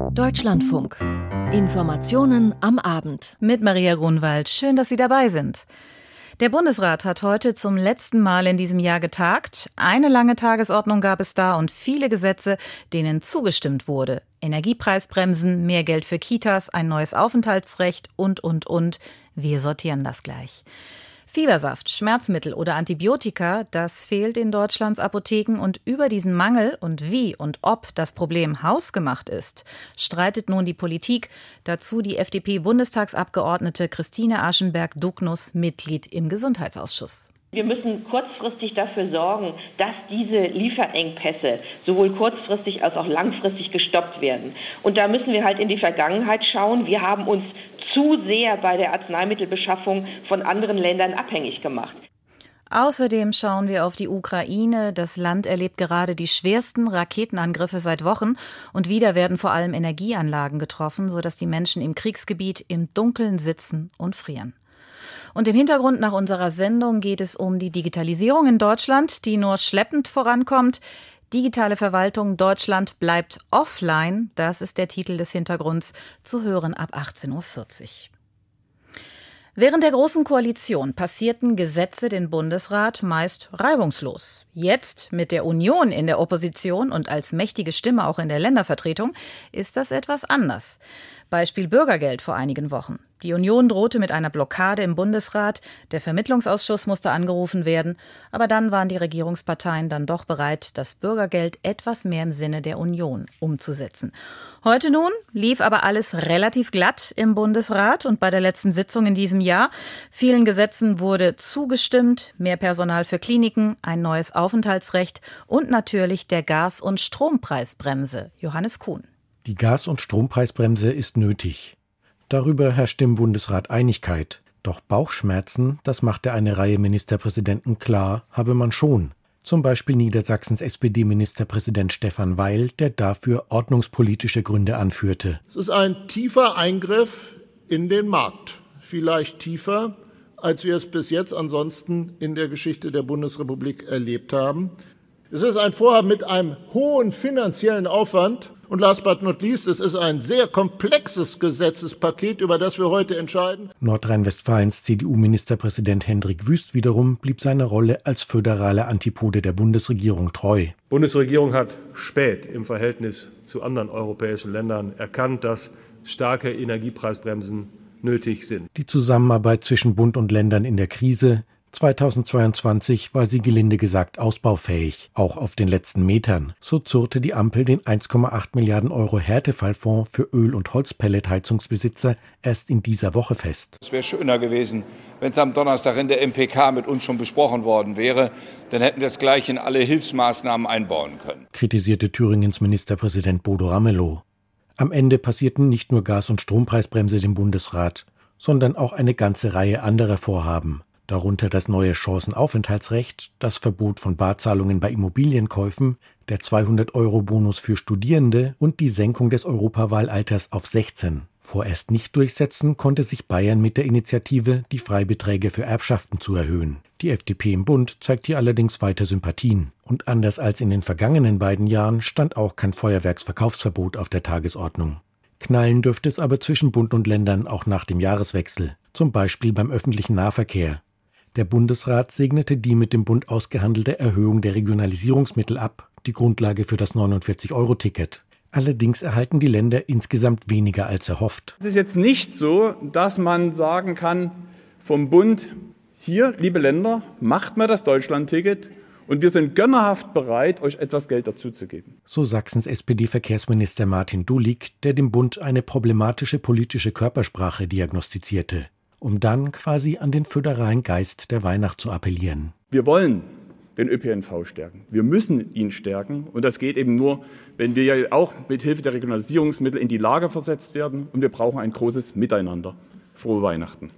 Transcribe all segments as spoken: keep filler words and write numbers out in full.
Deutschlandfunk. Informationen am Abend. Mit Maria Grunwald. Schön, dass Sie dabei sind. Der Bundesrat hat heute zum letzten Mal in diesem Jahr getagt. Eine lange Tagesordnung gab es da und viele Gesetze, denen zugestimmt wurde. Energiepreisbremsen, mehr Geld für Kitas, ein neues Aufenthaltsrecht und, und, und. Wir sortieren das gleich. Fiebersaft, Schmerzmittel oder Antibiotika, das fehlt in Deutschlands Apotheken und über diesen Mangel und wie und ob das Problem hausgemacht ist, streitet nun die Politik, dazu die F D P-Bundestagsabgeordnete Christine Aschenberg-Dugnus, Mitglied im Gesundheitsausschuss. Wir müssen kurzfristig dafür sorgen, dass diese Lieferengpässe sowohl kurzfristig als auch langfristig gestoppt werden. Und da müssen wir halt in die Vergangenheit schauen. Wir haben uns zu sehr bei der Arzneimittelbeschaffung von anderen Ländern abhängig gemacht. Außerdem schauen wir auf die Ukraine. Das Land erlebt gerade die schwersten Raketenangriffe seit Wochen. Und wieder werden vor allem Energieanlagen getroffen, sodass die Menschen im Kriegsgebiet im Dunkeln sitzen und frieren. Und im Hintergrund nach unserer Sendung geht es um die Digitalisierung in Deutschland, die nur schleppend vorankommt. Digitale Verwaltung Deutschland bleibt offline. Das ist der Titel des Hintergrunds, zu hören ab achtzehn Uhr vierzig. Während der Großen Koalition passierten Gesetze den Bundesrat meist reibungslos. Jetzt mit der Union in der Opposition und als mächtige Stimme auch in der Ländervertretung ist das etwas anders. Beispiel Bürgergeld vor einigen Wochen. Die Union drohte mit einer Blockade im Bundesrat. Der Vermittlungsausschuss musste angerufen werden. Aber dann waren die Regierungsparteien dann doch bereit, das Bürgergeld etwas mehr im Sinne der Union umzusetzen. Heute nun lief aber alles relativ glatt im Bundesrat und bei der letzten Sitzung in diesem Jahr. Vielen Gesetzen wurde zugestimmt. Mehr Personal für Kliniken, ein neues Aufenthaltsrecht und natürlich der Gas- und Strompreisbremse. Johannes Kuhn. Die Gas- und Strompreisbremse ist nötig. Darüber herrscht im Bundesrat Einigkeit. Doch Bauchschmerzen, das machte eine Reihe Ministerpräsidenten klar, habe man schon. Zum Beispiel Niedersachsens S P D-Ministerpräsident Stefan Weil, der dafür ordnungspolitische Gründe anführte. Es ist ein tiefer Eingriff in den Markt. Vielleicht tiefer, als wir es bis jetzt ansonsten in der Geschichte der Bundesrepublik erlebt haben. Es ist ein Vorhaben mit einem hohen finanziellen Aufwand. Und last but not least, es ist ein sehr komplexes Gesetzespaket, über das wir heute entscheiden. Nordrhein-Westfalens C D U-Ministerpräsident Hendrik Wüst wiederum blieb seiner Rolle als föderale Antipode der Bundesregierung treu. Die Bundesregierung hat spät im Verhältnis zu anderen europäischen Ländern erkannt, dass starke Energiepreisbremsen nötig sind. Die Zusammenarbeit zwischen Bund und Ländern in der Krise. zweitausendzweiundzwanzig war sie gelinde gesagt ausbaufähig, auch auf den letzten Metern. So zurrte die Ampel den eins Komma acht Milliarden Euro Härtefallfonds für Öl- und Holzpelletheizungsbesitzer erst in dieser Woche fest. Es wäre schöner gewesen, wenn es am Donnerstag in der M P K mit uns schon besprochen worden wäre. Dann hätten wir es gleich in alle Hilfsmaßnahmen einbauen können, kritisierte Thüringens Ministerpräsident Bodo Ramelow. Am Ende passierten nicht nur Gas- und Strompreisbremse dem Bundesrat, sondern auch eine ganze Reihe anderer Vorhaben. Darunter das neue Chancenaufenthaltsrecht, das Verbot von Barzahlungen bei Immobilienkäufen, der zweihundert-Euro-Bonus für Studierende und die Senkung des Europawahlalters auf sechzehn. Vorerst nicht durchsetzen konnte sich Bayern mit der Initiative, die Freibeträge für Erbschaften zu erhöhen. Die F D P im Bund zeigt hier allerdings weiter Sympathien. Und anders als in den vergangenen beiden Jahren stand auch kein Feuerwerksverkaufsverbot auf der Tagesordnung. Knallen dürfte es aber zwischen Bund und Ländern auch nach dem Jahreswechsel, zum Beispiel beim öffentlichen Nahverkehr. Der Bundesrat segnete die mit dem Bund ausgehandelte Erhöhung der Regionalisierungsmittel ab, die Grundlage für das neunundvierzig-Euro-Ticket. Allerdings erhalten die Länder insgesamt weniger als erhofft. Es ist jetzt nicht so, dass man sagen kann vom Bund, hier, liebe Länder, macht mal das Deutschland-Ticket und wir sind gönnerhaft bereit, euch etwas Geld dazuzugeben. So Sachsens S P D-Verkehrsminister Martin Dulig, der dem Bund eine problematische politische Körpersprache diagnostizierte, um dann quasi an den föderalen Geist der Weihnacht zu appellieren. Wir wollen den Ö P N V stärken. Wir müssen ihn stärken. Und das geht eben nur, wenn wir ja auch mit Hilfe der Regionalisierungsmittel in die Lage versetzt werden. Und wir brauchen ein großes Miteinander. Frohe Weihnachten.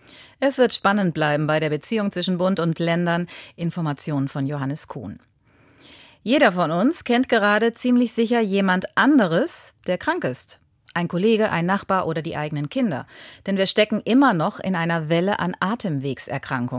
Es wird spannend bleiben bei der Beziehung zwischen Bund und Ländern. Informationen von Johannes Kuhn. Jeder von uns kennt gerade ziemlich sicher jemand anderes, der krank ist. Ein Kollege, ein Nachbar oder die eigenen Kinder. Denn wir stecken immer noch in einer Welle an Atemwegserkrankungen.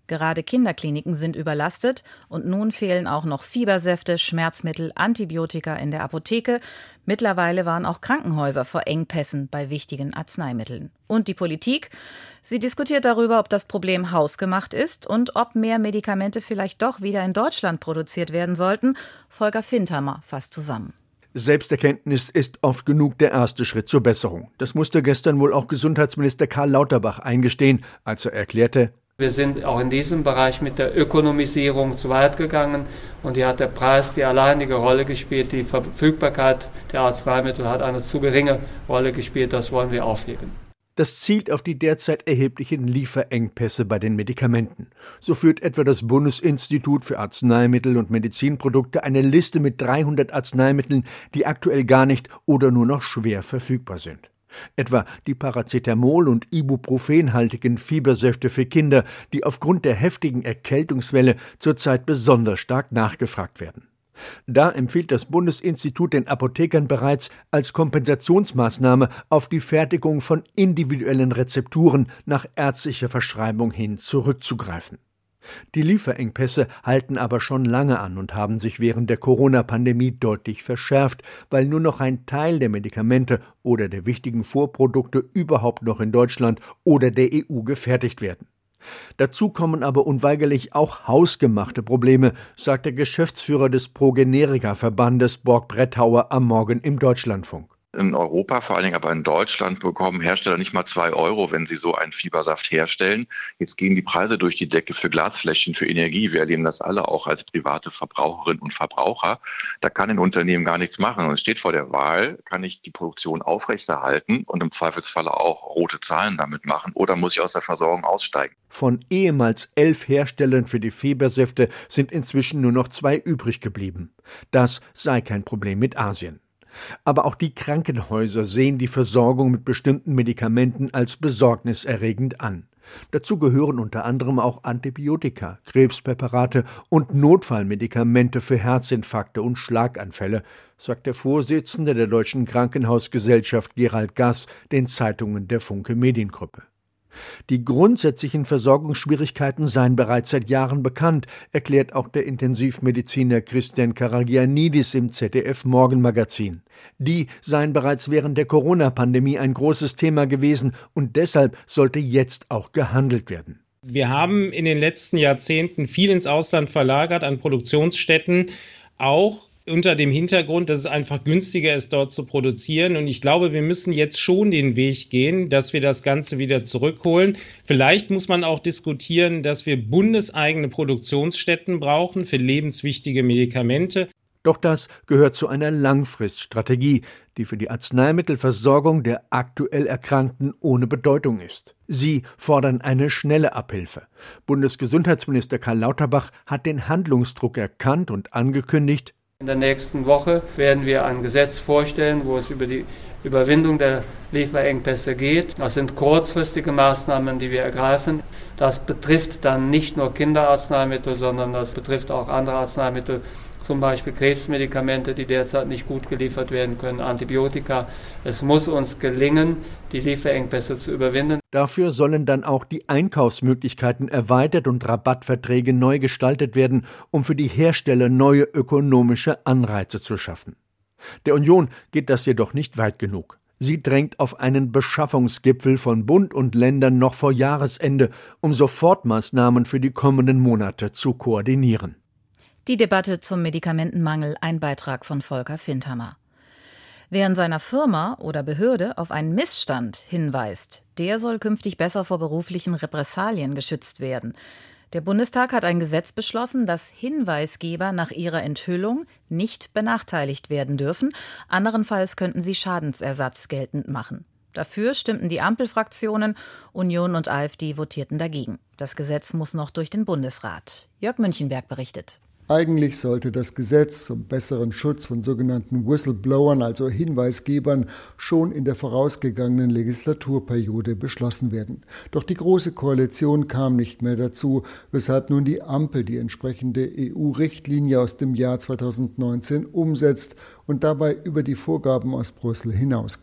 Gerade Kinderkliniken sind überlastet und nun fehlen auch noch Fiebersäfte, Schmerzmittel, Antibiotika in der Apotheke. Mittlerweile waren auch Krankenhäuser vor Engpässen bei wichtigen Arzneimitteln. Und die Politik? Sie diskutiert darüber, ob das Problem hausgemacht ist und ob mehr Medikamente vielleicht doch wieder in Deutschland produziert werden sollten. Volker Findhammer fasst zusammen. Selbsterkenntnis ist oft genug der erste Schritt zur Besserung. Das musste gestern wohl auch Gesundheitsminister Karl Lauterbach eingestehen, als er erklärte: Wir sind auch in diesem Bereich mit der Ökonomisierung zu weit gegangen und hier hat der Preis die alleinige Rolle gespielt. Die Verfügbarkeit der Arzneimittel hat eine zu geringe Rolle gespielt, das wollen wir aufheben. Das zielt auf die derzeit erheblichen Lieferengpässe bei den Medikamenten. So führt etwa das Bundesinstitut für Arzneimittel und Medizinprodukte eine Liste mit dreihundert Arzneimitteln, die aktuell gar nicht oder nur noch schwer verfügbar sind. Etwa die Paracetamol- und Ibuprofenhaltigen Fiebersäfte für Kinder, die aufgrund der heftigen Erkältungswelle zurzeit besonders stark nachgefragt werden. Da empfiehlt das Bundesinstitut den Apothekern bereits, als Kompensationsmaßnahme auf die Fertigung von individuellen Rezepturen nach ärztlicher Verschreibung hin zurückzugreifen. Die Lieferengpässe halten aber schon lange an und haben sich während der Corona-Pandemie deutlich verschärft, weil nur noch ein Teil der Medikamente oder der wichtigen Vorprodukte überhaupt noch in Deutschland oder der E U gefertigt werden. Dazu kommen aber unweigerlich auch hausgemachte Probleme, sagt der Geschäftsführer des Progenerika-Verbandes Borg Brettauer am Morgen im Deutschlandfunk. In Europa, vor allen Dingen aber in Deutschland, bekommen Hersteller nicht mal zwei Euro, wenn sie so einen Fiebersaft herstellen. Jetzt gehen die Preise durch die Decke für Glasfläschchen, für Energie. Wir erleben das alle auch als private Verbraucherinnen und Verbraucher. Da kann ein Unternehmen gar nichts machen. Und es steht vor der Wahl, kann ich die Produktion aufrechterhalten und im Zweifelsfalle auch rote Zahlen damit machen oder muss ich aus der Versorgung aussteigen? Von ehemals elf Herstellern für die Fiebersäfte sind inzwischen nur noch zwei übrig geblieben. Das sei kein Problem mit Asien. Aber auch die Krankenhäuser sehen die Versorgung mit bestimmten Medikamenten als besorgniserregend an. Dazu gehören unter anderem auch Antibiotika, Krebspräparate und Notfallmedikamente für Herzinfarkte und Schlaganfälle, sagt der Vorsitzende der Deutschen Krankenhausgesellschaft Gerald Gass den Zeitungen der Funke Mediengruppe. Die grundsätzlichen Versorgungsschwierigkeiten seien bereits seit Jahren bekannt, erklärt auch der Intensivmediziner Christian Karagianidis im Z D F-Morgenmagazin. Die seien bereits während der Corona-Pandemie ein großes Thema gewesen und deshalb sollte jetzt auch gehandelt werden. Wir haben in den letzten Jahrzehnten viel ins Ausland verlagert an Produktionsstätten, auch unter dem Hintergrund, dass es einfach günstiger ist, dort zu produzieren. Und ich glaube, wir müssen jetzt schon den Weg gehen, dass wir das Ganze wieder zurückholen. Vielleicht muss man auch diskutieren, dass wir bundeseigene Produktionsstätten brauchen für lebenswichtige Medikamente. Doch das gehört zu einer Langfriststrategie, die für die Arzneimittelversorgung der aktuell Erkrankten ohne Bedeutung ist. Sie fordern eine schnelle Abhilfe. Bundesgesundheitsminister Karl Lauterbach hat den Handlungsdruck erkannt und angekündigt: In der nächsten Woche werden wir ein Gesetz vorstellen, wo es über die Überwindung der Lieferengpässe geht. Das sind kurzfristige Maßnahmen, die wir ergreifen. Das betrifft dann nicht nur Kinderarzneimittel, sondern das betrifft auch andere Arzneimittel, zum Beispiel Krebsmedikamente, die derzeit nicht gut geliefert werden können, Antibiotika. Es muss uns gelingen, die Lieferengpässe zu überwinden. Dafür sollen dann auch die Einkaufsmöglichkeiten erweitert und Rabattverträge neu gestaltet werden, um für die Hersteller neue ökonomische Anreize zu schaffen. Der Union geht das jedoch nicht weit genug. Sie drängt auf einen Beschaffungsgipfel von Bund und Ländern noch vor Jahresende, um Sofortmaßnahmen für die kommenden Monate zu koordinieren. Die Debatte zum Medikamentenmangel, ein Beitrag von Volker Findhammer. Wer in seiner Firma oder Behörde auf einen Missstand hinweist, der soll künftig besser vor beruflichen Repressalien geschützt werden. Der Bundestag hat ein Gesetz beschlossen, dass Hinweisgeber nach ihrer Enthüllung nicht benachteiligt werden dürfen. Anderenfalls könnten sie Schadensersatz geltend machen. Dafür stimmten die Ampelfraktionen, Union und AfD votierten dagegen. Das Gesetz muss noch durch den Bundesrat. Jörg Münchenberg berichtet. Eigentlich sollte das Gesetz zum besseren Schutz von sogenannten Whistleblowern, also Hinweisgebern, schon in der vorausgegangenen Legislaturperiode beschlossen werden. Doch die Große Koalition kam nicht mehr dazu, weshalb nun die Ampel die entsprechende E U-Richtlinie aus dem Jahr zweitausendneunzehn umsetzt und dabei über die Vorgaben aus Brüssel hinausgeht.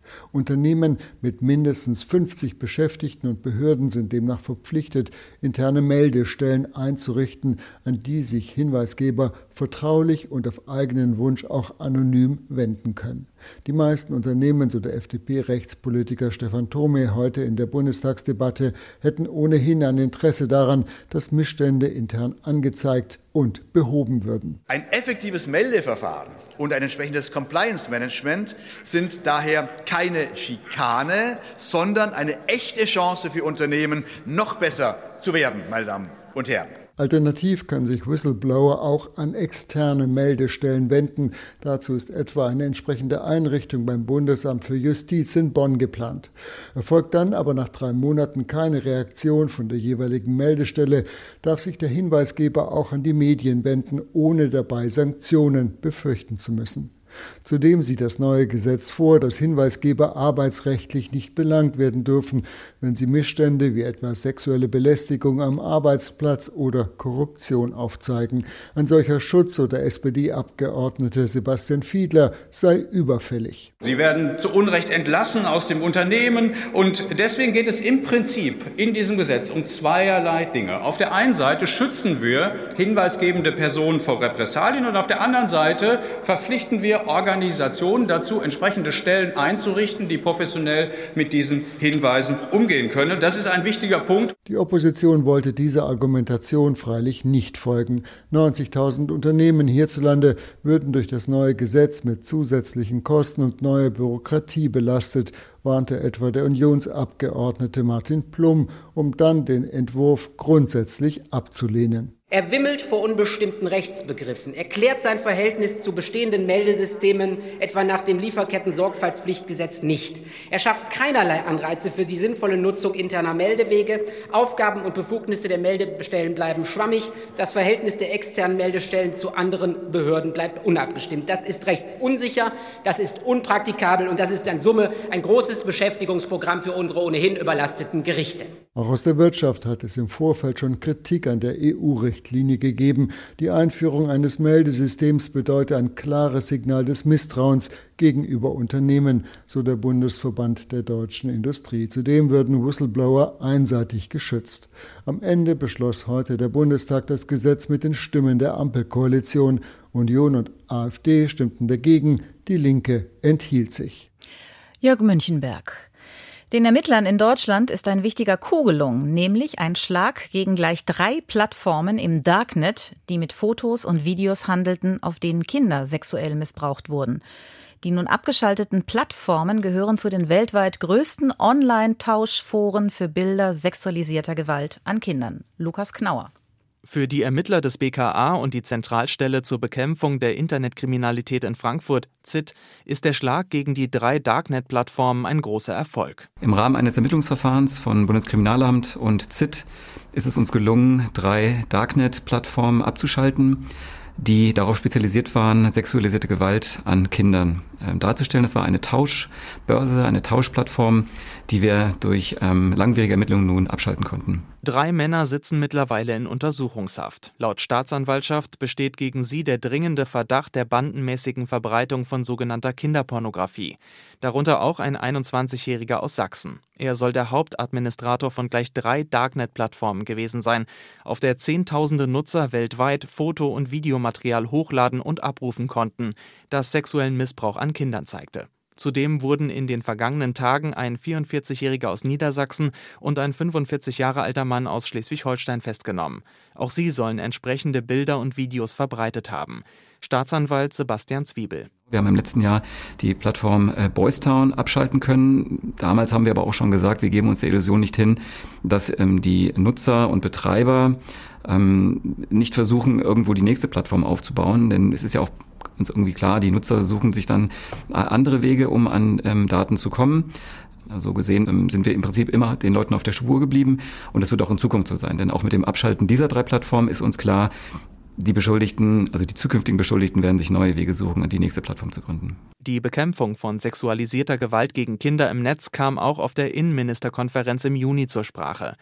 Unternehmen mit mindestens fünfzig Beschäftigten und Behörden sind demnach verpflichtet, interne Meldestellen einzurichten, an die sich Hinweisgeber vertraulich und auf eigenen Wunsch auch anonym wenden können. Die meisten Unternehmen, so der F D P-Rechtspolitiker Stefan Thome heute in der Bundestagsdebatte, hätten ohnehin ein Interesse daran, dass Missstände intern angezeigt und behoben würden. Ein effektives Meldeverfahren und ein entsprechendes Compliance-Management sind daher keine Schikane, sondern eine echte Chance für Unternehmen, noch besser zu werden, meine Damen und Herren. Alternativ können sich Whistleblower auch an externe Meldestellen wenden. Dazu ist etwa eine entsprechende Einrichtung beim Bundesamt für Justiz in Bonn geplant. Erfolgt dann aber nach drei Monaten keine Reaktion von der jeweiligen Meldestelle, darf sich der Hinweisgeber auch an die Medien wenden, ohne dabei Sanktionen befürchten zu müssen. Zudem sieht das neue Gesetz vor, dass Hinweisgeber arbeitsrechtlich nicht belangt werden dürfen, wenn sie Missstände wie etwa sexuelle Belästigung am Arbeitsplatz oder Korruption aufzeigen. Ein solcher Schutz, so der S P D-Abgeordnete Sebastian Fiedler, sei überfällig. Sie werden zu Unrecht entlassen aus dem Unternehmen und deswegen geht es im Prinzip in diesem Gesetz um zweierlei Dinge. Auf der einen Seite schützen wir hinweisgebende Personen vor Repressalien und auf der anderen Seite verpflichten wir Organisationen dazu, entsprechende Stellen einzurichten, die professionell mit diesen Hinweisen umgehen können. Das ist ein wichtiger Punkt. Die Opposition wollte dieser Argumentation freilich nicht folgen. neunzigtausend Unternehmen hierzulande würden durch das neue Gesetz mit zusätzlichen Kosten und neuer Bürokratie belastet, warnte etwa der Unionsabgeordnete Martin Plum, um dann den Entwurf grundsätzlich abzulehnen. Er wimmelt vor unbestimmten Rechtsbegriffen, erklärt sein Verhältnis zu bestehenden Meldesystemen, etwa nach dem Lieferketten-Sorgfaltspflichtgesetz, nicht. Er schafft keinerlei Anreize für die sinnvolle Nutzung interner Meldewege. Aufgaben und Befugnisse der Meldestellen bleiben schwammig. Das Verhältnis der externen Meldestellen zu anderen Behörden bleibt unabgestimmt. Das ist rechtsunsicher, das ist unpraktikabel und das ist in Summe ein großes Beschäftigungsprogramm für unsere ohnehin überlasteten Gerichte. Auch aus der Wirtschaft hat es im Vorfeld schon Kritik an der E U-Richtlinie gegeben. Die Einführung eines Meldesystems bedeutet ein klares Signal des Misstrauens gegenüber Unternehmen, so der Bundesverband der deutschen Industrie. Zudem würden Whistleblower einseitig geschützt. Am Ende beschloss heute der Bundestag das Gesetz mit den Stimmen der Ampelkoalition. Union und AfD stimmten dagegen, die Linke enthielt sich. Jörg Münchenberg. Den Ermittlern in Deutschland ist ein wichtiger Coup gelungen, nämlich ein Schlag gegen gleich drei Plattformen im Darknet, die mit Fotos und Videos handelten, auf denen Kinder sexuell missbraucht wurden. Die nun abgeschalteten Plattformen gehören zu den weltweit größten Online-Tauschforen für Bilder sexualisierter Gewalt an Kindern. Lukas Knauer. Für die Ermittler des B K A und die Zentralstelle zur Bekämpfung der Internetkriminalität in Frankfurt, Z I T, ist der Schlag gegen die drei Darknet-Plattformen ein großer Erfolg. Im Rahmen eines Ermittlungsverfahrens von Bundeskriminalamt und Z I T ist es uns gelungen, drei Darknet-Plattformen abzuschalten, die darauf spezialisiert waren, sexualisierte Gewalt an Kindern äh, darzustellen. Es war eine Tauschbörse, eine Tauschplattform, die wir durch ähm, langwierige Ermittlungen nun abschalten konnten. Drei Männer sitzen mittlerweile in Untersuchungshaft. Laut Staatsanwaltschaft besteht gegen sie der dringende Verdacht der bandenmäßigen Verbreitung von sogenannter Kinderpornografie. Darunter auch ein einundzwanzigjähriger aus Sachsen. Er soll der Hauptadministrator von gleich drei Darknet-Plattformen gewesen sein, auf der Zehntausende Nutzer weltweit Foto- und Videomaterial hochladen und abrufen konnten, das sexuellen Missbrauch an Kindern zeigte. Zudem wurden in den vergangenen Tagen ein vierundvierzigjähriger aus Niedersachsen und ein fünfundvierzig Jahre alter Mann aus Schleswig-Holstein festgenommen. Auch sie sollen entsprechende Bilder und Videos verbreitet haben. Staatsanwalt Sebastian Zwiebel. Wir haben im letzten Jahr die Plattform äh, Boystown abschalten können. Damals haben wir aber auch schon gesagt, wir geben uns der Illusion nicht hin, dass ähm, die Nutzer und Betreiber ähm, nicht versuchen, irgendwo die nächste Plattform aufzubauen. Denn es ist ja auch uns irgendwie klar, die Nutzer suchen sich dann andere Wege, um an ähm, Daten zu kommen. So gesehen ähm, sind wir im Prinzip immer den Leuten auf der Spur geblieben und das wird auch in Zukunft so sein. Denn auch mit dem Abschalten dieser drei Plattformen ist uns klar, die Beschuldigten, also die zukünftigen Beschuldigten werden sich neue Wege suchen, die nächste Plattform zu gründen. Die Bekämpfung von sexualisierter Gewalt gegen Kinder im Netz kam auch auf der Innenministerkonferenz im Juni zur Sprache.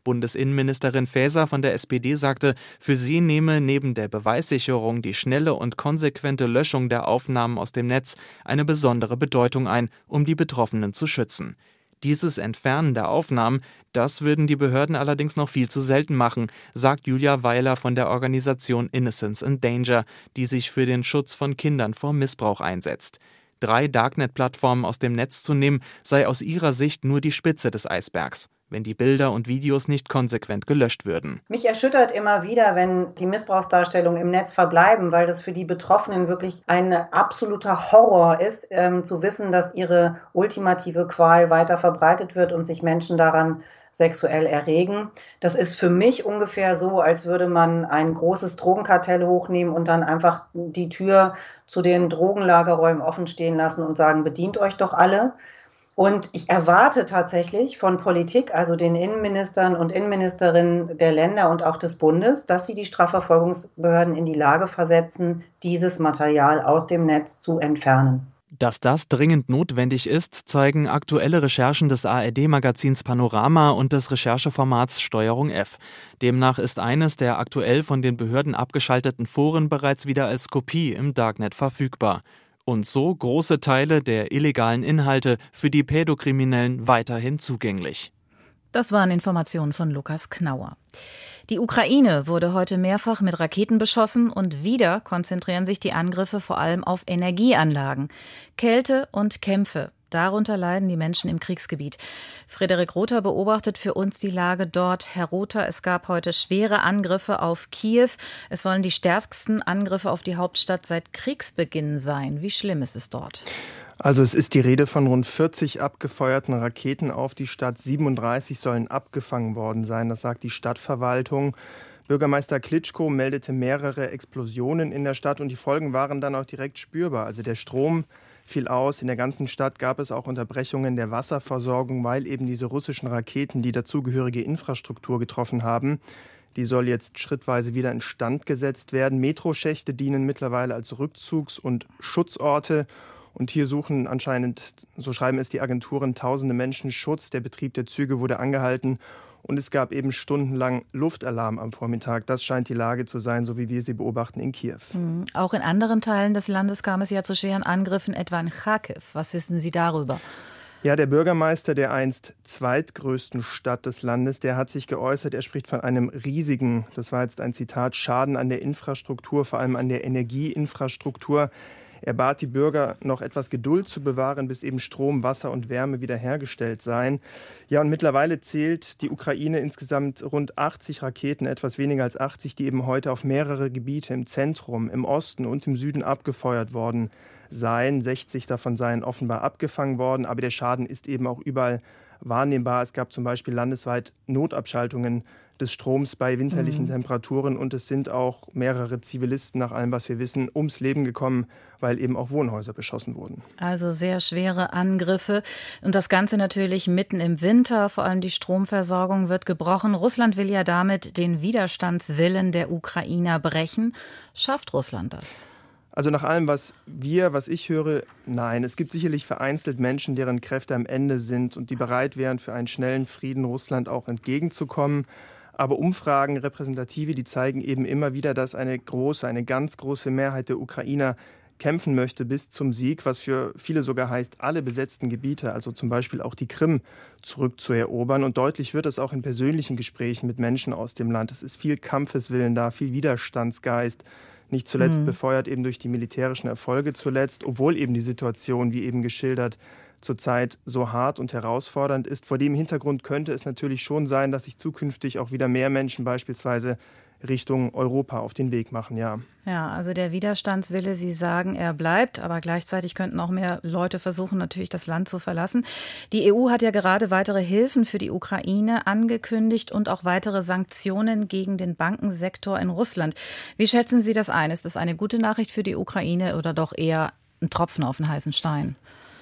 Bundesinnenministerin Faeser von der S P D sagte, für sie nehme neben der Beweissicherung die schnelle und konsequente Löschung der Aufnahmen aus dem Netz eine besondere Bedeutung ein, um die Betroffenen zu schützen. Dieses Entfernen der Aufnahmen, das würden die Behörden allerdings noch viel zu selten machen, sagt Julia Weiler von der Organisation Innocence in Danger, die sich für den Schutz von Kindern vor Missbrauch einsetzt. Drei Darknet-Plattformen aus dem Netz zu nehmen, sei aus ihrer Sicht nur die Spitze des Eisbergs, wenn die Bilder und Videos nicht konsequent gelöscht würden. Mich erschüttert immer wieder, wenn die Missbrauchsdarstellungen im Netz verbleiben, weil das für die Betroffenen wirklich ein absoluter Horror ist, ähm, zu wissen, dass ihre ultimative Qual weiter verbreitet wird und sich Menschen daran sexuell erregen. Das ist für mich ungefähr so, als würde man ein großes Drogenkartell hochnehmen und dann einfach die Tür zu den Drogenlagerräumen offen stehen lassen und sagen, bedient euch doch alle. Und ich erwarte tatsächlich von Politik, also den Innenministern und Innenministerinnen der Länder und auch des Bundes, dass sie die Strafverfolgungsbehörden in die Lage versetzen, dieses Material aus dem Netz zu entfernen. Dass das dringend notwendig ist, zeigen aktuelle Recherchen des A R D-Magazins Panorama und des Rechercheformats Steuerung F. Demnach ist eines der aktuell von den Behörden abgeschalteten Foren bereits wieder als Kopie im Darknet verfügbar. Und so große Teile der illegalen Inhalte für die Pädokriminellen weiterhin zugänglich. Das waren Informationen von Lukas Knauer. Die Ukraine wurde heute mehrfach mit Raketen beschossen und wieder konzentrieren sich die Angriffe vor allem auf Energieanlagen. Kälte und Kämpfe. Darunter leiden die Menschen im Kriegsgebiet. Frederik Rother beobachtet für uns die Lage dort. Herr Rother, es gab heute schwere Angriffe auf Kiew. Es sollen die stärksten Angriffe auf die Hauptstadt seit Kriegsbeginn sein. Wie schlimm ist es dort? Also es ist die Rede von rund vierzig abgefeuerten Raketen auf die Stadt. siebenunddreißig sollen abgefangen worden sein, das sagt die Stadtverwaltung. Bürgermeister Klitschko meldete mehrere Explosionen in der Stadt und die Folgen waren dann auch direkt spürbar. Also der Strom fiel aus, in der ganzen Stadt gab es auch Unterbrechungen der Wasserversorgung, weil eben diese russischen Raketen die dazugehörige Infrastruktur getroffen haben. Die soll jetzt schrittweise wieder instand gesetzt werden. Metroschächte dienen mittlerweile als Rückzugs- und Schutzorte. Und hier suchen anscheinend, so schreiben es die Agenturen, tausende Menschen Schutz. Der Betrieb der Züge wurde angehalten und es gab eben stundenlang Luftalarm am Vormittag. Das scheint die Lage zu sein, so wie wir sie beobachten in Kiew. Mhm. Auch in anderen Teilen des Landes kam es ja zu schweren Angriffen, etwa in Charkiw. Was wissen Sie darüber? Ja, der Bürgermeister der einst zweitgrößten Stadt des Landes, der hat sich geäußert. Er spricht von einem riesigen, das war jetzt ein Zitat, Schaden an der Infrastruktur, vor allem an der Energieinfrastruktur. Er bat die Bürger, noch etwas Geduld zu bewahren, bis eben Strom, Wasser und Wärme wiederhergestellt seien. Ja, und mittlerweile zählt die Ukraine insgesamt rund achtzig Raketen, etwas weniger als achtzig, die eben heute auf mehrere Gebiete im Zentrum, im Osten und im Süden abgefeuert worden seien. sechzig davon seien offenbar abgefangen worden, aber der Schaden ist eben auch überall wahrnehmbar. Es gab zum Beispiel landesweit Notabschaltungen des Stroms bei winterlichen mhm. Temperaturen und es sind auch mehrere Zivilisten, nach allem, was wir wissen, ums Leben gekommen, weil eben auch Wohnhäuser beschossen wurden. Also sehr schwere Angriffe und das Ganze natürlich mitten im Winter, vor allem die Stromversorgung wird gebrochen. Russland will ja damit den Widerstandswillen der Ukrainer brechen. Schafft Russland das? Also nach allem, was wir, was ich höre, nein. Es gibt sicherlich vereinzelt Menschen, deren Kräfte am Ende sind und die bereit wären, für einen schnellen Frieden Russland auch entgegenzukommen. Aber Umfragen, repräsentative, die zeigen eben immer wieder, dass eine große, eine ganz große Mehrheit der Ukrainer kämpfen möchte bis zum Sieg, was für viele sogar heißt, alle besetzten Gebiete, also zum Beispiel auch die Krim, zurückzuerobern. Und deutlich wird es auch in persönlichen Gesprächen mit Menschen aus dem Land. Es ist viel Kampfeswillen da, viel Widerstandsgeist. Nicht zuletzt mhm. befeuert eben durch die militärischen Erfolge zuletzt, obwohl eben die Situation, wie eben geschildert, zurzeit so hart und herausfordernd ist. Vor dem Hintergrund könnte es natürlich schon sein, dass sich zukünftig auch wieder mehr Menschen beispielsweise Richtung Europa auf den Weg machen, ja. Ja, also der Widerstandswille, Sie sagen, er bleibt, aber gleichzeitig könnten auch mehr Leute versuchen, natürlich das Land zu verlassen. Die E U hat ja gerade weitere Hilfen für die Ukraine angekündigt und auch weitere Sanktionen gegen den Bankensektor in Russland. Wie schätzen Sie das ein? Ist das eine gute Nachricht für die Ukraine oder doch eher ein Tropfen auf den heißen Stein?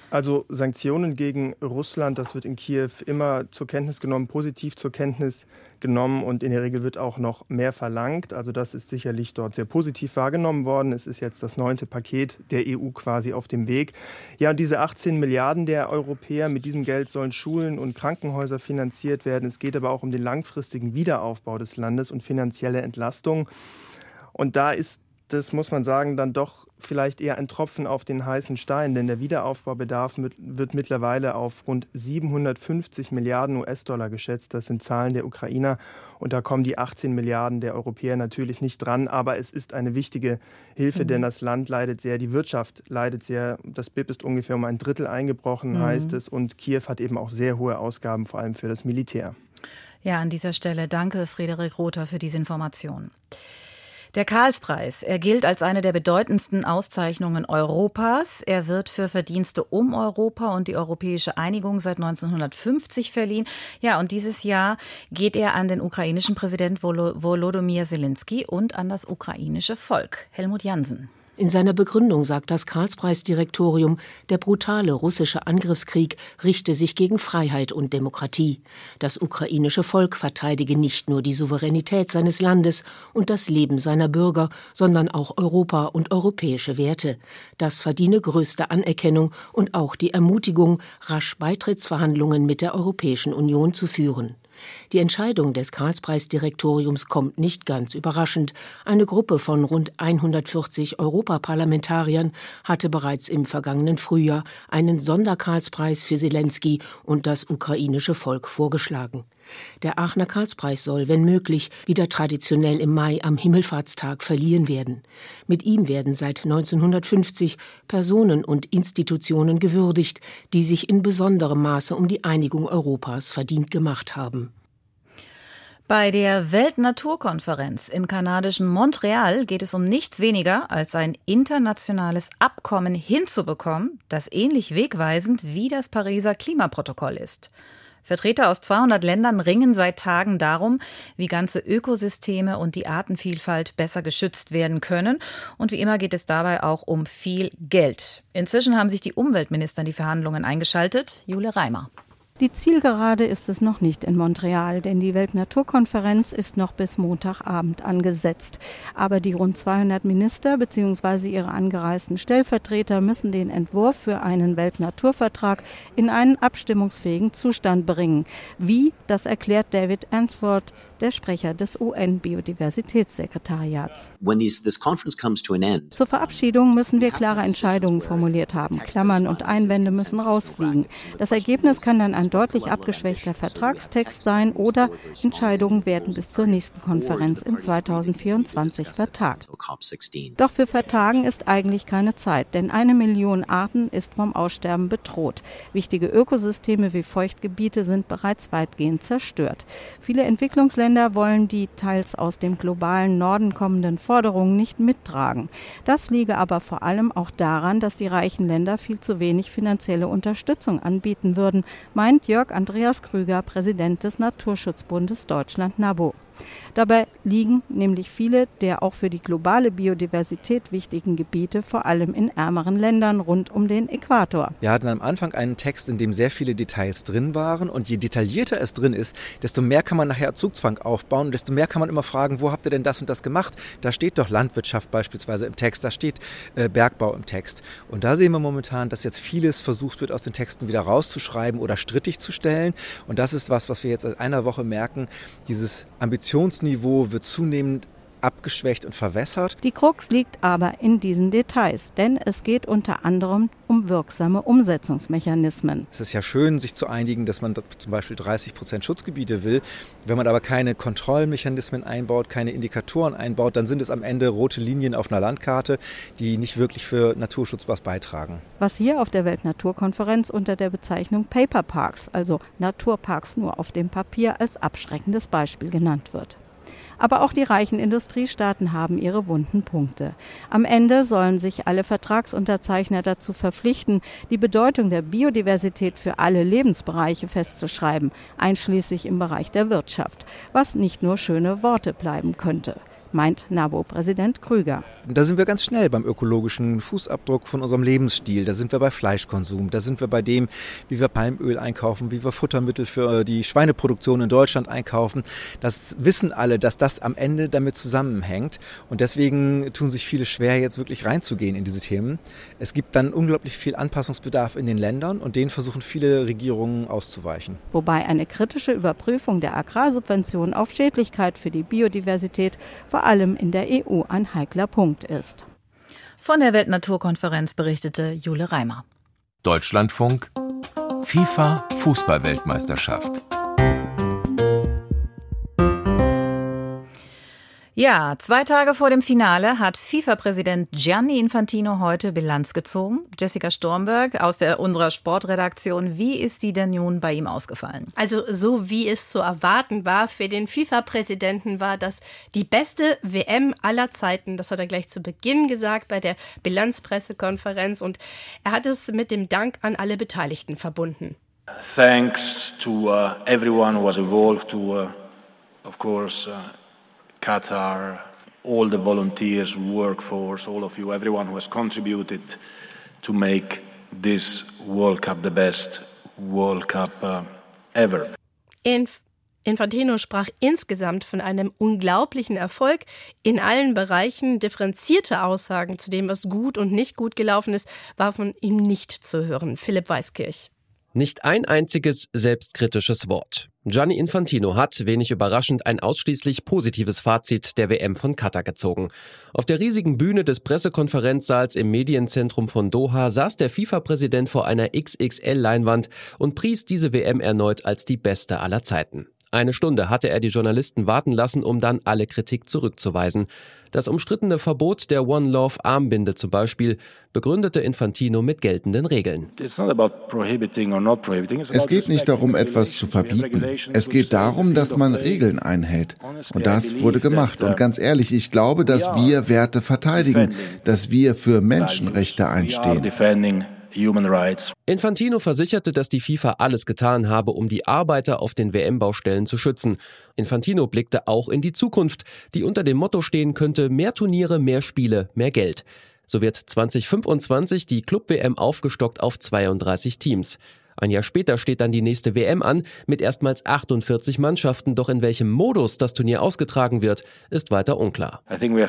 Also Sanktionen gegen Russland, das wird in Kiew immer zur Kenntnis genommen, positiv zur Kenntnis genommen und in der Regel wird auch noch mehr verlangt. Also das ist sicherlich dort sehr positiv wahrgenommen worden. Es ist jetzt das neunte Paket der E U quasi auf dem Weg. Ja, und diese achtzehn Milliarden der Europäer, mit diesem Geld sollen Schulen und Krankenhäuser finanziert werden. Es geht aber auch um den langfristigen Wiederaufbau des Landes und finanzielle Entlastung. Und da ist das, muss man sagen, dann doch vielleicht eher ein Tropfen auf den heißen Stein, denn der Wiederaufbaubedarf wird mittlerweile auf rund siebenhundertfünfzig Milliarden U S-Dollar geschätzt. Das sind Zahlen der Ukrainer und da kommen die achtzehn Milliarden der Europäer natürlich nicht dran, aber es ist eine wichtige Hilfe, mhm. denn das Land leidet sehr, die Wirtschaft leidet sehr. Das B I P ist ungefähr um ein Drittel eingebrochen, mhm. heißt es, und Kiew hat eben auch sehr hohe Ausgaben, vor allem für das Militär. Ja, an dieser Stelle danke Frederik Rother für diese Information. Der Karlspreis, er gilt als eine der bedeutendsten Auszeichnungen Europas. Er wird für Verdienste um Europa und die europäische Einigung seit neunzehnhundertfünfzig verliehen. Ja, und dieses Jahr geht er an den ukrainischen Präsident Volodymyr Zelensky und an das ukrainische Volk. Helmut Jansen. In seiner Begründung sagt das Karlspreisdirektorium, der brutale russische Angriffskrieg richte sich gegen Freiheit und Demokratie. Das ukrainische Volk verteidige nicht nur die Souveränität seines Landes und das Leben seiner Bürger, sondern auch Europa und europäische Werte. Das verdiene größte Anerkennung und auch die Ermutigung, rasch Beitrittsverhandlungen mit der Europäischen Union zu führen. Die Entscheidung des Karlspreisdirektoriums kommt nicht ganz überraschend. Eine Gruppe von rund hundertvierzig Europaparlamentariern hatte bereits im vergangenen Frühjahr einen Sonderkarlspreis für Zelensky und das ukrainische Volk vorgeschlagen. Der Aachener Karlspreis soll, wenn möglich, wieder traditionell im Mai am Himmelfahrtstag verliehen werden. Mit ihm werden seit neunzehnhundertfünfzig Personen und Institutionen gewürdigt, die sich in besonderem Maße um die Einigung Europas verdient gemacht haben. Bei der Weltnaturkonferenz im kanadischen Montreal geht es um nichts weniger als ein internationales Abkommen hinzubekommen, das ähnlich wegweisend wie das Pariser Klimaprotokoll ist. Vertreter aus zweihundert Ländern ringen seit Tagen darum, wie ganze Ökosysteme und die Artenvielfalt besser geschützt werden können. Und wie immer geht es dabei auch um viel Geld. Inzwischen haben sich die Umweltminister in die Verhandlungen eingeschaltet. Jule Reimer. Die Zielgerade ist es noch nicht in Montreal, denn die Weltnaturkonferenz ist noch bis Montagabend angesetzt. Aber die rund zweihundert Minister bzw. ihre angereisten Stellvertreter müssen den Entwurf für einen Weltnaturvertrag in einen abstimmungsfähigen Zustand bringen. Wie, das erklärt David Answorth, der Sprecher des U N-Biodiversitätssekretariats. Zur Verabschiedung müssen wir klare Entscheidungen formuliert haben. Klammern und Einwände müssen rausfliegen. Das Ergebnis kann dann ein deutlich abgeschwächter Vertragstext sein oder Entscheidungen werden bis zur nächsten Konferenz in zweitausendvierundzwanzig vertagt. Doch für Vertagen ist eigentlich keine Zeit, denn eine Million Arten ist vom Aussterben bedroht. Wichtige Ökosysteme wie Feuchtgebiete sind bereits weitgehend zerstört. Viele Entwicklungsländer wollen die teils aus dem globalen Norden kommenden Forderungen nicht mittragen. Das liege aber vor allem auch daran, dass die reichen Länder viel zu wenig finanzielle Unterstützung anbieten würden, meint Jörg Andreas Krüger, Präsident des Naturschutzbundes Deutschland NABU. Dabei liegen nämlich viele der auch für die globale Biodiversität wichtigen Gebiete vor allem in ärmeren Ländern rund um den Äquator. Wir hatten am Anfang einen Text, in dem sehr viele Details drin waren und je detaillierter es drin ist, desto mehr kann man nachher Zugzwang aufbauen und desto mehr kann man immer fragen, wo habt ihr denn das und das gemacht? Da steht doch Landwirtschaft beispielsweise im Text, da steht äh, Bergbau im Text. Und da sehen wir momentan, dass jetzt vieles versucht wird, aus den Texten wieder rauszuschreiben oder strittig zu stellen. Und das ist was, was wir jetzt seit einer Woche merken, dieses Ambitionsniveau wird zunehmend abgeschwächt und verwässert. Die Krux liegt aber in diesen Details, denn es geht unter anderem um wirksame Umsetzungsmechanismen. Es ist ja schön, sich zu einigen, dass man zum Beispiel dreißig Prozent Schutzgebiete will. Wenn man aber keine Kontrollmechanismen einbaut, keine Indikatoren einbaut, dann sind es am Ende rote Linien auf einer Landkarte, die nicht wirklich für Naturschutz was beitragen. Was hier auf der Weltnaturkonferenz unter der Bezeichnung Paperparks, also Naturparks nur auf dem Papier, als abschreckendes Beispiel genannt wird. Aber auch die reichen Industriestaaten haben ihre wunden Punkte. Am Ende sollen sich alle Vertragsunterzeichner dazu verpflichten, die Bedeutung der Biodiversität für alle Lebensbereiche festzuschreiben, einschließlich im Bereich der Wirtschaft, was nicht nur schöne Worte bleiben könnte. meint NABU-Präsident Krüger. Da sind wir ganz schnell beim ökologischen Fußabdruck von unserem Lebensstil. Da sind wir bei Fleischkonsum. Da sind wir bei dem, wie wir Palmöl einkaufen, wie wir Futtermittel für die Schweineproduktion in Deutschland einkaufen. Das wissen alle, dass das am Ende damit zusammenhängt. Und deswegen tun sich viele schwer, jetzt wirklich reinzugehen in diese Themen. Es gibt dann unglaublich viel Anpassungsbedarf in den Ländern und denen versuchen viele Regierungen auszuweichen. Wobei eine kritische Überprüfung der Agrarsubventionen auf Schädlichkeit für die Biodiversität vor allem in der E U ein heikler Punkt ist. Von der Weltnaturkonferenz berichtete Jule Reimer. Deutschlandfunk FIFA Fußball-Weltmeisterschaft. Ja, zwei Tage vor dem Finale hat FIFA-Präsident Gianni Infantino heute Bilanz gezogen. Jessica Stormberg aus der, unserer Sportredaktion, wie ist die denn nun bei ihm ausgefallen? Also so wie es zu erwarten war, für den FIFA-Präsidenten war das die beste W M aller Zeiten. Das hat er gleich zu Beginn gesagt bei der Bilanzpressekonferenz und er hat es mit dem Dank an alle Beteiligten verbunden. Thanks to uh, everyone who was involved, to uh, of course uh, Qatar, all the volunteers, workforce, all of you, everyone who has contributed to make this World Cup the best World Cup uh, ever. Inf- Infantino sprach insgesamt von einem unglaublichen Erfolg in allen Bereichen. Differenzierte Aussagen zu dem, was gut und nicht gut gelaufen ist, war von ihm nicht zu hören. Philipp Weiskirch. Nicht ein einziges selbstkritisches Wort. Gianni Infantino hat, wenig überraschend, ein ausschließlich positives Fazit der W M von Katar gezogen. Auf der riesigen Bühne des Pressekonferenzsaals im Medienzentrum von Doha saß der FIFA-Präsident vor einer X X L-Leinwand und pries diese W M erneut als die beste aller Zeiten. Eine Stunde hatte er die Journalisten warten lassen, um dann alle Kritik zurückzuweisen. Das umstrittene Verbot der One Love Armbinde zum Beispiel begründete Infantino mit geltenden Regeln. Es geht nicht darum, etwas zu verbieten. Es geht darum, dass man Regeln einhält. Und das wurde gemacht. Und ganz ehrlich, ich glaube, dass wir Werte verteidigen, dass wir für Menschenrechte einstehen. Infantino versicherte, dass die FIFA alles getan habe, um die Arbeiter auf den W M-Baustellen zu schützen. Infantino blickte auch in die Zukunft, die unter dem Motto stehen könnte: mehr Turniere, mehr Spiele, mehr Geld. So wird zwanzig fünfundzwanzig die Club-W M aufgestockt auf zweiunddreißig Teams. Ein Jahr später steht dann die nächste W M an, mit erstmals achtundvierzig Mannschaften. Doch in welchem Modus das Turnier ausgetragen wird, ist weiter unklar.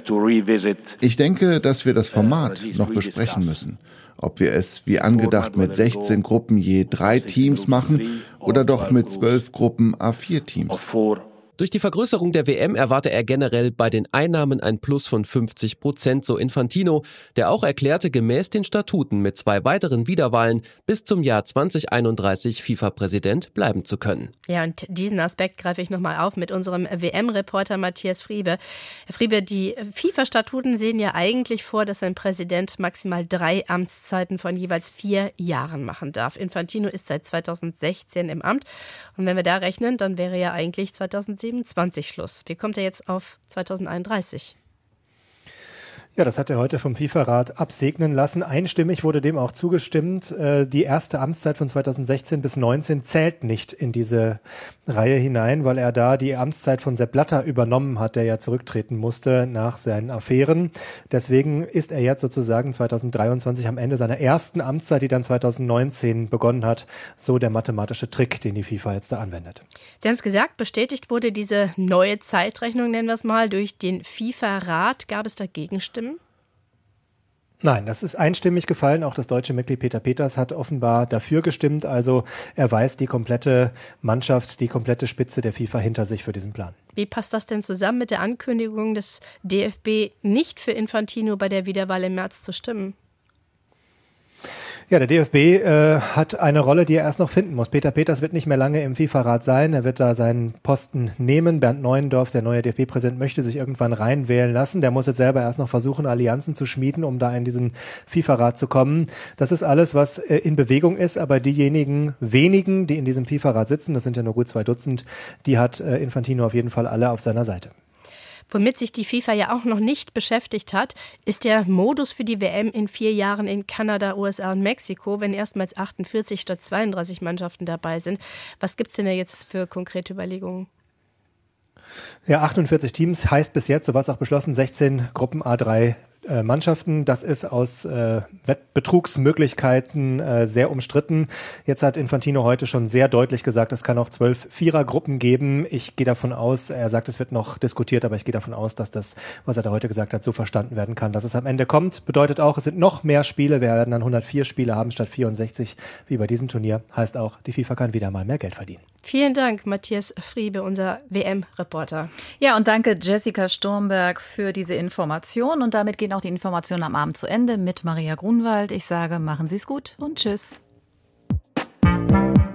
Ich denke, dass wir das Format noch besprechen müssen. Ob wir es wie angedacht mit sechzehn Gruppen je drei Teams machen oder doch mit zwölf Gruppen à vier Teams. Durch die Vergrößerung der W M erwarte er generell bei den Einnahmen ein Plus von fünfzig Prozent, so Infantino, der auch erklärte, gemäß den Statuten mit zwei weiteren Wiederwahlen bis zum Jahr zwanzig einunddreißig FIFA-Präsident bleiben zu können. Ja, und diesen Aspekt greife ich nochmal auf mit unserem W M-Reporter Matthias Friebe. Herr Friebe, die FIFA-Statuten sehen ja eigentlich vor, dass ein Präsident maximal drei Amtszeiten von jeweils vier Jahren machen darf. Infantino ist seit zweitausendsechzehn im Amt und wenn wir da rechnen, dann wäre ja eigentlich zweitausendsiebenundzwanzig Schluss. Wie kommt er jetzt auf zweitausendeinunddreißig? Ja, das hat er heute vom FIFA-Rat absegnen lassen. Einstimmig wurde dem auch zugestimmt. Die erste Amtszeit von zweitausendsechzehn bis neunzehn zählt nicht in diese Reihe hinein, weil er da die Amtszeit von Sepp Blatter übernommen hat, der ja zurücktreten musste nach seinen Affären. Deswegen ist er jetzt sozusagen zweitausenddreiundzwanzig am Ende seiner ersten Amtszeit, die dann zweitausendneunzehn begonnen hat. So der mathematische Trick, den die FIFA jetzt da anwendet. Sie haben es gesagt, bestätigt wurde diese neue Zeitrechnung, nennen wir es mal, durch den FIFA-Rat. Gab es da Gegenstimmen? Nein, das ist einstimmig gefallen. Auch das deutsche Mitglied Peter Peters hat offenbar dafür gestimmt. Also er weiß die komplette Mannschaft, die komplette Spitze der FIFA hinter sich für diesen Plan. Wie passt das denn zusammen mit der Ankündigung des D F B, nicht für Infantino bei der Wiederwahl im März zu stimmen? Ja, der D F B äh, hat eine Rolle, die er erst noch finden muss. Peter Peters wird nicht mehr lange im FIFA-Rat sein. Er wird da seinen Posten nehmen. Bernd Neuendorf, der neue D F B-Präsident, möchte sich irgendwann reinwählen lassen. Der muss jetzt selber erst noch versuchen, Allianzen zu schmieden, um da in diesen FIFA-Rat zu kommen. Das ist alles, was äh, in Bewegung ist. Aber diejenigen wenigen, die in diesem FIFA-Rat sitzen, das sind ja nur gut zwei Dutzend, die hat äh, Infantino auf jeden Fall alle auf seiner Seite. Womit sich die FIFA ja auch noch nicht beschäftigt hat, ist der Modus für die W M in vier Jahren in Kanada, U S A und Mexiko, wenn erstmals achtundvierzig statt zweiunddreißig Mannschaften dabei sind. Was gibt es denn da jetzt für konkrete Überlegungen? Ja, achtundvierzig Teams heißt bis jetzt, so war es auch beschlossen, sechzehn Gruppen A drei äh, Mannschaften. Das ist aus äh, Wettbetrugsmöglichkeiten äh, sehr umstritten. Jetzt hat Infantino heute schon sehr deutlich gesagt, es kann auch zwölf Vierergruppen geben. Ich gehe davon aus, er sagt, es wird noch diskutiert, aber ich gehe davon aus, dass das, was er da heute gesagt hat, so verstanden werden kann, dass es am Ende kommt. Bedeutet auch, es sind noch mehr Spiele. Wir werden dann hundertvier Spiele haben statt vierundsechzig, wie bei diesem Turnier. Heißt auch, die FIFA kann wieder mal mehr Geld verdienen. Vielen Dank, Matthias Friebe, unser W M-Reporter. Ja, und danke Jessica Sturmberg für diese Information. Und damit gehen auch die Informationen am Abend zu Ende mit Maria Grunwald. Ich sage, machen Sie es gut und tschüss.